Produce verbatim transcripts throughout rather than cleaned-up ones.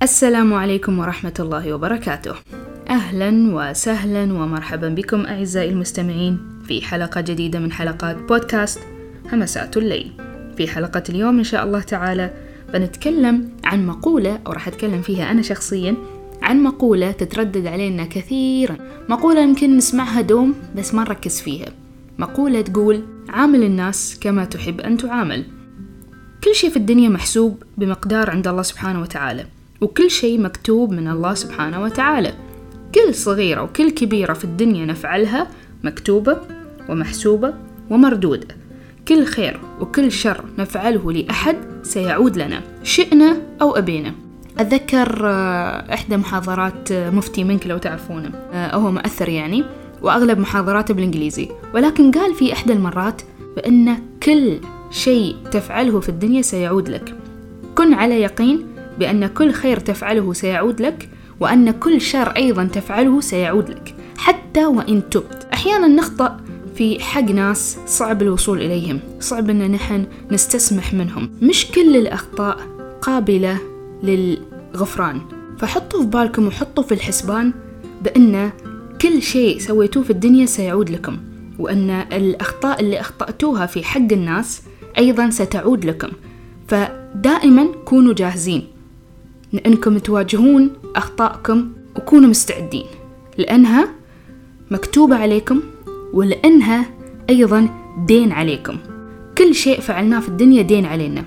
السلام عليكم ورحمة الله وبركاته. أهلا وسهلا ومرحبا بكم أعزائي المستمعين في حلقة جديدة من حلقات بودكاست همسات الليل. في حلقة اليوم إن شاء الله تعالى بنتكلم عن مقولة، أو راح أتكلم فيها أنا شخصيا عن مقولة تتردد علينا كثيرا، مقولة يمكن نسمعها دوم بس ما نركز فيها. مقولة تقول: عامل الناس كما تحب أن تعامل. كل شيء في الدنيا محسوب بمقدار عند الله سبحانه وتعالى، وكل شيء مكتوب من الله سبحانه وتعالى. كل صغيرة وكل كبيرة في الدنيا نفعلها مكتوبة ومحسوبة ومردودة. كل خير وكل شر نفعله لأحد سيعود لنا شئنا أو أبينا. أتذكر إحدى محاضرات مفتي منك لو تعرفونه، هو مؤثر يعني، وأغلب محاضراته بالإنجليزي، ولكن قال في إحدى المرات بأن كل شيء تفعله في الدنيا سيعود لك. كن على يقين بأن كل خير تفعله سيعود لك، وأن كل شر أيضا تفعله سيعود لك حتى وإن تبت. أحيانا نخطأ في حق ناس صعب الوصول إليهم، صعب أن نحن نستسمح منهم. مش كل الأخطاء قابلة للغفران، فحطوا في بالكم وحطوا في الحسبان بأن كل شيء سويتوه في الدنيا سيعود لكم، وأن الأخطاء اللي أخطأتوها في حق الناس أيضا ستعود لكم. فدائما كونوا جاهزين لأنكم تواجهون أخطائكم، وكونوا مستعدين لأنها مكتوبة عليكم، ولأنها أيضا دين عليكم. كل شيء فعلناه في الدنيا دين علينا.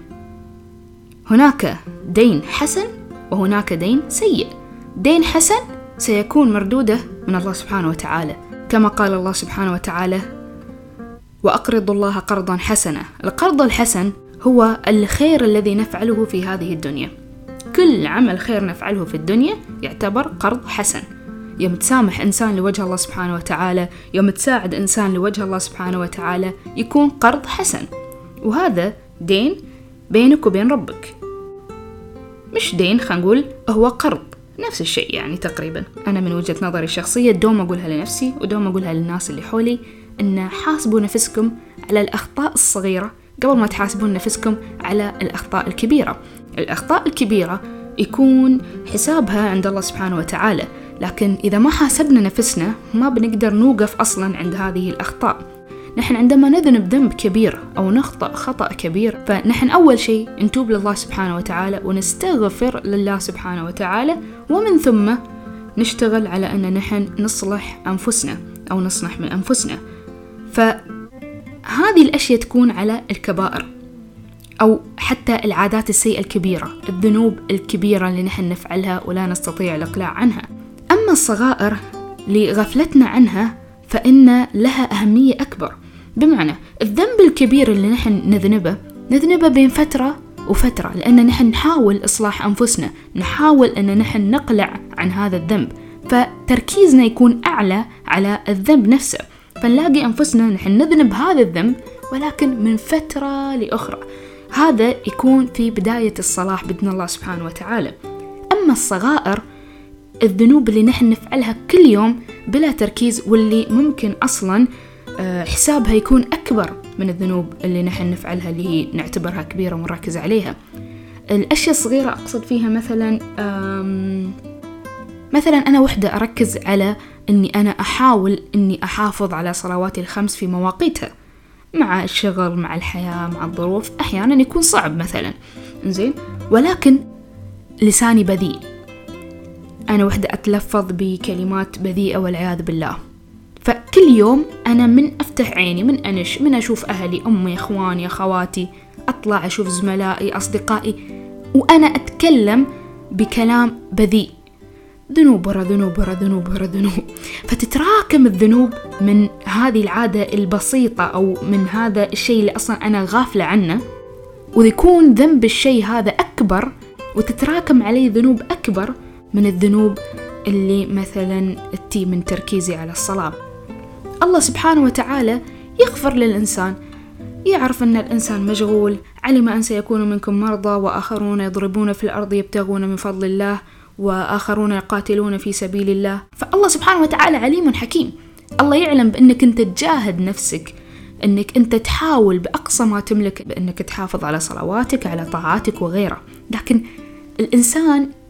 هناك دين حسن وهناك دين سيء. دين حسن سيكون مردودة من الله سبحانه وتعالى، كما قال الله سبحانه وتعالى: وأقرضوا الله قرضا حسنا. القرض الحسن هو الخير الذي نفعله في هذه الدنيا. كل عمل خير نفعله في الدنيا يعتبر قرض حسن. يوم تسامح إنسان لوجه الله سبحانه وتعالى، يوم تساعد إنسان لوجه الله سبحانه وتعالى، يكون قرض حسن، وهذا دين بينك وبين ربك، مش دين خلينا نقول هو قرض، نفس الشيء يعني تقريبا. أنا من وجهة نظري الشخصية دوم أقولها لنفسي ودوم أقولها للناس اللي حولي، إن حاسبوا نفسكم على الأخطاء الصغيرة قبل ما تحاسبون نفسكم على الأخطاء الكبيرة. الأخطاء الكبيرة يكون حسابها عند الله سبحانه وتعالى، لكن إذا ما حاسبنا نفسنا ما بنقدر نوقف أصلا عند هذه الأخطاء. نحن عندما نذنب ذنب كبير أو نخطأ خطأ كبير، فنحن أول شيء نتوب لله سبحانه وتعالى ونستغفر لله سبحانه وتعالى، ومن ثم نشتغل على أن نحن نصلح أنفسنا أو نصلح من أنفسنا. فهذه الأشياء تكون على الكبائر أو حتى العادات السيئة الكبيرة، الذنوب الكبيرة اللي نحن نفعلها ولا نستطيع الإقلاع عنها. أما الصغائر لغفلتنا عنها فإن لها أهمية أكبر. بمعنى الذنب الكبير اللي نحن نذنبه نذنبه بين فترة وفترة، لأن نحن نحاول إصلاح أنفسنا، نحاول أن نحن نقلع عن هذا الذنب، فتركيزنا يكون أعلى على الذنب نفسه. فنلاقي أنفسنا نحن نذنب هذا الذنب ولكن من فترة لأخرى. هذا يكون في بداية الصلاح بإذن الله سبحانه وتعالى. أما الصغائر، الذنوب اللي نحن نفعلها كل يوم بلا تركيز، واللي ممكن أصلا حسابها يكون أكبر من الذنوب اللي نحن نفعلها اللي هي نعتبرها كبيرة ونركز عليها. الأشياء الصغيرة أقصد فيها مثلا مثلا أنا وحدة أركز على أني أنا أحاول أني أحافظ على صلواتي الخمس في مواقيتها. مع الشغل، مع الحياة، مع الظروف، أحيانا يكون صعب مثلا، إنزين، ولكن لساني بذيء، أنا وحدة أتلفظ بكلمات بذيئة والعياذ بالله. فكل يوم أنا من أفتح عيني، من أنش، من أشوف أهلي، أمي، أخواني، أخواتي، أطلع أشوف زملائي، أصدقائي، وأنا أتكلم بكلام بذيء، ذنوب ورا ذنوب ورا ذنوب ورا ذنوب. فتتراكم الذنوب من هذه العادة البسيطة أو من هذا الشيء اللي أصلا أنا غافلة عنه، ويكون ذنب الشيء هذا أكبر، وتتراكم عليه ذنوب أكبر من الذنوب اللي مثلا تي من تركيزي على الصلاة. الله سبحانه وتعالى يغفر للإنسان، يعرف أن الإنسان مشغول، علم أن سيكون منكم مرضى وآخرون يضربون في الأرض يبتغون من فضل الله وآخرون يقاتلون في سبيل الله. فالله سبحانه وتعالى عليم حكيم. الله يعلم بأنك أنت تجاهد نفسك، أنك أنت تحاول بأقصى ما تملك بأنك تحافظ على صلواتك، على طاعاتك وغيره. لكن الإنسان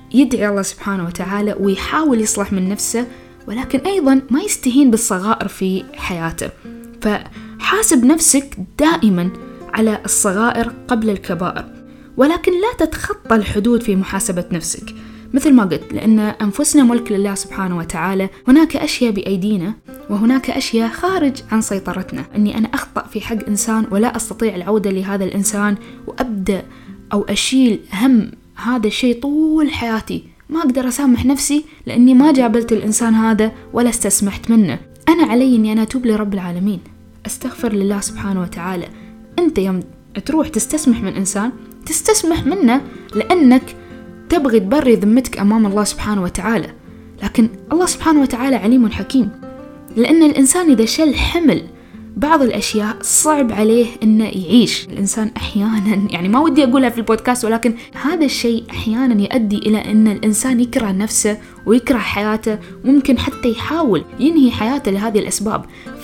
يدعي الله سبحانه وتعالى ويحاول يصلح من نفسه، ولكن أيضا ما يستهين بالصغائر في حياته. فحاسب نفسك دائما على الصغائر قبل الكبائر، ولكن لا تتخطى الحدود في محاسبة نفسك. مثل ما قلت، لأن أنفسنا ملك لله سبحانه وتعالى، هناك أشياء بأيدينا وهناك أشياء خارج عن سيطرتنا. أني أنا أخطأ في حق إنسان ولا أستطيع العودة لهذا الإنسان، وأبدأ أو أشيل هم هذا الشيء طول حياتي، ما أقدر أسامح نفسي لأني ما جابلت الإنسان هذا ولا استسمحت منه. أنا علي أني أنا أتوب لرب العالمين، أستغفر لله سبحانه وتعالى. أنت يوم تروح تستسمح من إنسان، تستسمح منه لأنك تبغي تبري ذمتك أمام الله سبحانه وتعالى، لكن الله سبحانه وتعالى عليم حكيم. لأن الإنسان إذا شل حمل بعض الأشياء صعب عليه إنه يعيش. الإنسان أحيانا، يعني ما ودي أقولها في البودكاست، ولكن هذا الشيء أحيانا يؤدي إلى أن الإنسان يكره نفسه ويكره حياته، ممكن حتى يحاول ينهي حياته لهذه الأسباب.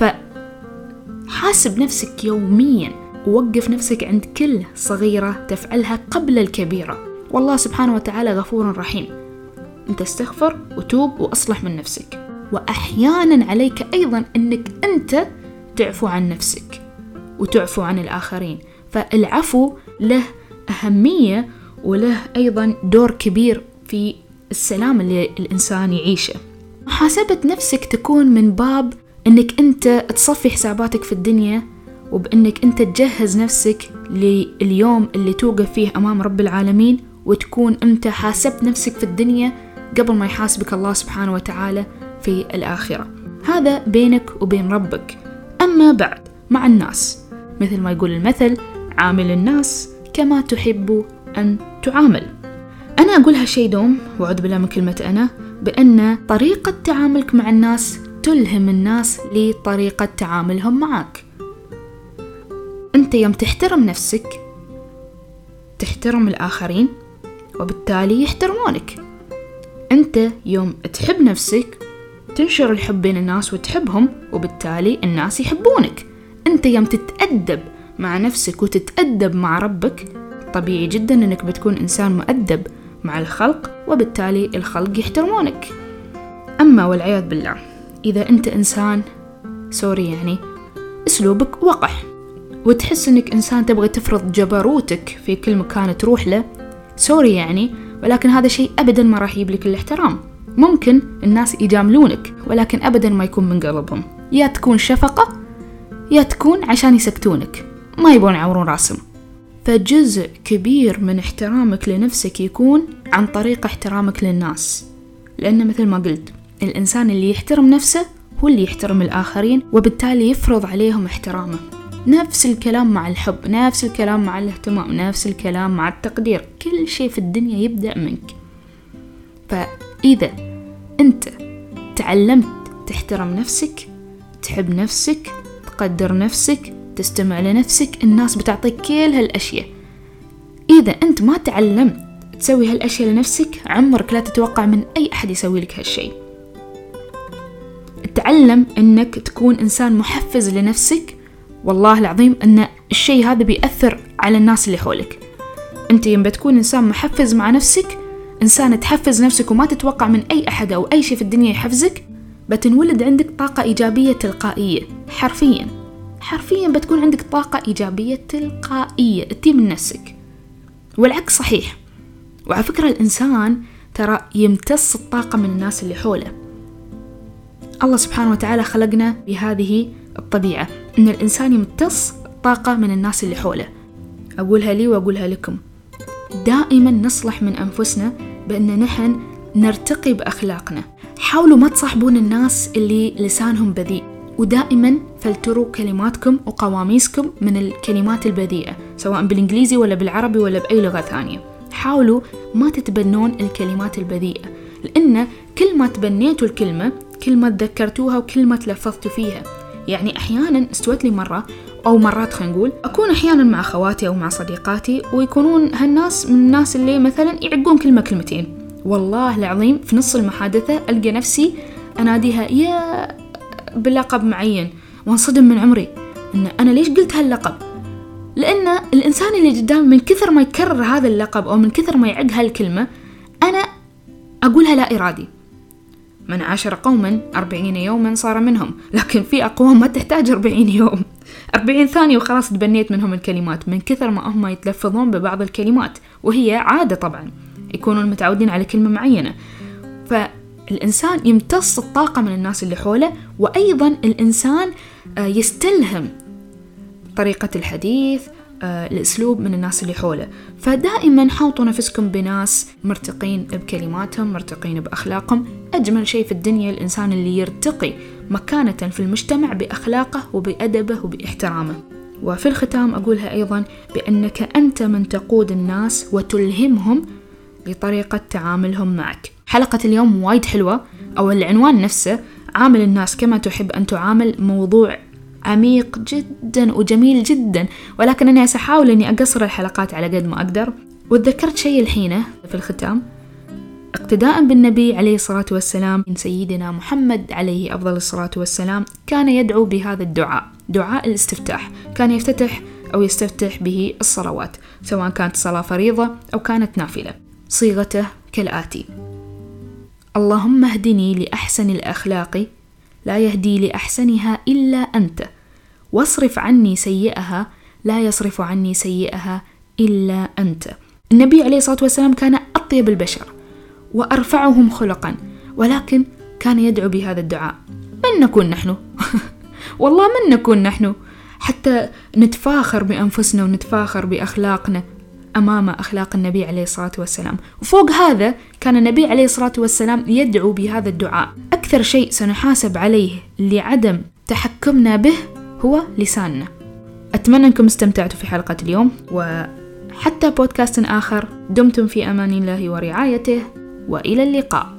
فحاسب نفسك يوميا، ووقف نفسك عند كل صغيرة تفعلها قبل الكبيرة، والله سبحانه وتعالى غفور رحيم. أنت استغفر وتوب وأصلح من نفسك. وأحيانا عليك أيضا أنك أنت تعفو عن نفسك وتعفو عن الآخرين. فالعفو له أهمية وله أيضا دور كبير في السلام اللي الإنسان يعيشه. محاسبة نفسك تكون من باب أنك أنت تصفي حساباتك في الدنيا، وبأنك أنت تجهز نفسك لليوم اللي توقف فيه أمام رب العالمين، وتكون أنت حاسبت نفسك في الدنيا قبل ما يحاسبك الله سبحانه وتعالى في الآخرة. هذا بينك وبين ربك. أما بعد مع الناس، مثل ما يقول المثل: عامل الناس كما تحب أن تعامل. أنا أقول هالشي دوم، وأعوذ بالله من كلمة أنا، بأن طريقة تعاملك مع الناس تلهم الناس لطريقة تعاملهم معك. أنت يوم تحترم نفسك تحترم الآخرين، وبالتالي يحترمونك. أنت يوم تحب نفسك تنشر الحب بين الناس وتحبهم، وبالتالي الناس يحبونك. أنت يوم تتأدب مع نفسك وتتأدب مع ربك، طبيعي جدا أنك بتكون إنسان مؤدب مع الخلق، وبالتالي الخلق يحترمونك. أما والعياذ بالله إذا أنت إنسان سوري يعني أسلوبك وقح، وتحس أنك إنسان تبغى تفرض جبروتك في كل مكان تروح له، سوري يعني، ولكن هذا شيء أبدا ما راح يجيب لك الاحترام. ممكن الناس يجاملونك، ولكن أبدا ما يكون من قلبهم، يا تكون شفقة يا تكون عشان يسكتونك، ما يبون يعورون راسهم. فجزء كبير من احترامك لنفسك يكون عن طريق احترامك للناس، لأن مثل ما قلت الإنسان اللي يحترم نفسه هو اللي يحترم الآخرين، وبالتالي يفرض عليهم احترامه. نفس الكلام مع الحب، نفس الكلام مع الاهتمام، نفس الكلام مع التقدير. كل شيء في الدنيا يبدأ منك. فإذا أنت تعلمت تحترم نفسك، تحب نفسك، تقدر نفسك، تستمع لنفسك، الناس بتعطيك كل هالأشياء. إذا أنت ما تعلمت تسوي هالأشياء لنفسك، عمرك لا تتوقع من أي أحد يسوي لك هالشيء. تعلم أنك تكون إنسان محفز لنفسك، والله العظيم أن الشيء هذا بيأثر على الناس اللي حولك. أنت يوم بتكون إنسان محفز مع نفسك، إنسان تحفز نفسك وما تتوقع من أي أحد أو أي شيء في الدنيا يحفزك، بتنولد عندك طاقة إيجابية تلقائية. حرفيا حرفيا بتكون عندك طاقة إيجابية تلقائية تتي من نفسك، والعكس صحيح. وعلى فكرة الإنسان ترى يمتص الطاقة من الناس اللي حوله. الله سبحانه وتعالى خلقنا بهذه الطبيعة، إن الإنسان يمتص الطاقة من الناس اللي حوله. أقولها لي وأقولها لكم، دائما نصلح من أنفسنا بأن نحن نرتقي بأخلاقنا. حاولوا ما تصاحبون الناس اللي لسانهم بذيء، ودائما فلتروا كلماتكم وقواميسكم من الكلمات البذيئة، سواء بالإنجليزي ولا بالعربي ولا بأي لغة ثانية. حاولوا ما تتبنون الكلمات البذيئة، لأن كل ما تبنيتوا الكلمة كل ما تذكرتوها وكل ما تلفظتوا فيها. يعني أحيانا استوت لي مرة أو مرات خلينا نقول أكون أحيانا مع خواتي أو مع صديقاتي، ويكونون هالناس من الناس اللي مثلا يعقون كلمة كلمتين، والله العظيم في نص المحادثة ألقى نفسي أناديها يا بلقب معين، وانصدم من عمري إن أنا ليش قلت هاللقب. لأن الإنسان اللي قدام من كثر ما يكرر هذا اللقب أو من كثر ما يعق هالكلمة، أنا أقولها لا إرادي. من عاشر قوما أربعين يوما صار منهم، لكن في أقوام ما تحتاج أربعين يوم، أربعين ثانية وخلاص تبنيت منهم الكلمات من كثر ما هم يتلفظون ببعض الكلمات، وهي عادة طبعا يكونون متعودين على كلمة معينة. فالإنسان يمتص الطاقة من الناس اللي حوله، وأيضا الإنسان يستلهم طريقة الحديث، الأسلوب من الناس اللي حوله. فدائما حاوطوا نفسكم بناس مرتقين بكلماتهم، مرتقين بأخلاقهم. أجمل شيء في الدنيا الإنسان اللي يرتقي مكانة في المجتمع بأخلاقه وبأدبه وباحترامه. وفي الختام أقولها أيضا بأنك أنت من تقود الناس وتلهمهم لطريقة تعاملهم معك. حلقة اليوم وايد حلوة، أو العنوان نفسه عامل الناس كما تحب أن تعامل، موضوع عميق جدا وجميل جدا، ولكن أنا سأحاول أني أقصر الحلقات على قد ما أقدر. وتذكرت شيء الحين في الختام، اقتداء بالنبي عليه الصلاة والسلام، من سيدنا محمد عليه أفضل الصلاة والسلام، كان يدعو بهذا الدعاء، دعاء الاستفتاح. كان يفتتح أو يستفتح به الصلوات، سواء كانت صلاة فريضة أو كانت نافلة. صيغته كالآتي: اللهم اهدني لأحسن الأخلاق لا يهدي لأحسنها إلا أنت، واصرف عني سيئها لا يصرف عني سيئها إلا أنت. النبي عليه الصلاة والسلام كان أطيب البشر وأرفعهم خلقا، ولكن كان يدعو بهذا الدعاء. من نكون نحن؟ والله من نكون نحن حتى نتفاخر بأنفسنا ونتفاخر بأخلاقنا أمام أخلاق النبي عليه الصلاة والسلام. وفوق هذا كان النبي عليه الصلاة والسلام يدعو بهذا الدعاء. أكثر شيء سنحاسب عليه لعدم تحكمنا به هو لساننا. أتمنى أنكم استمتعتوا في حلقة اليوم، وحتى بودكاست آخر. دمتم في أمان الله ورعايته، وإلى اللقاء.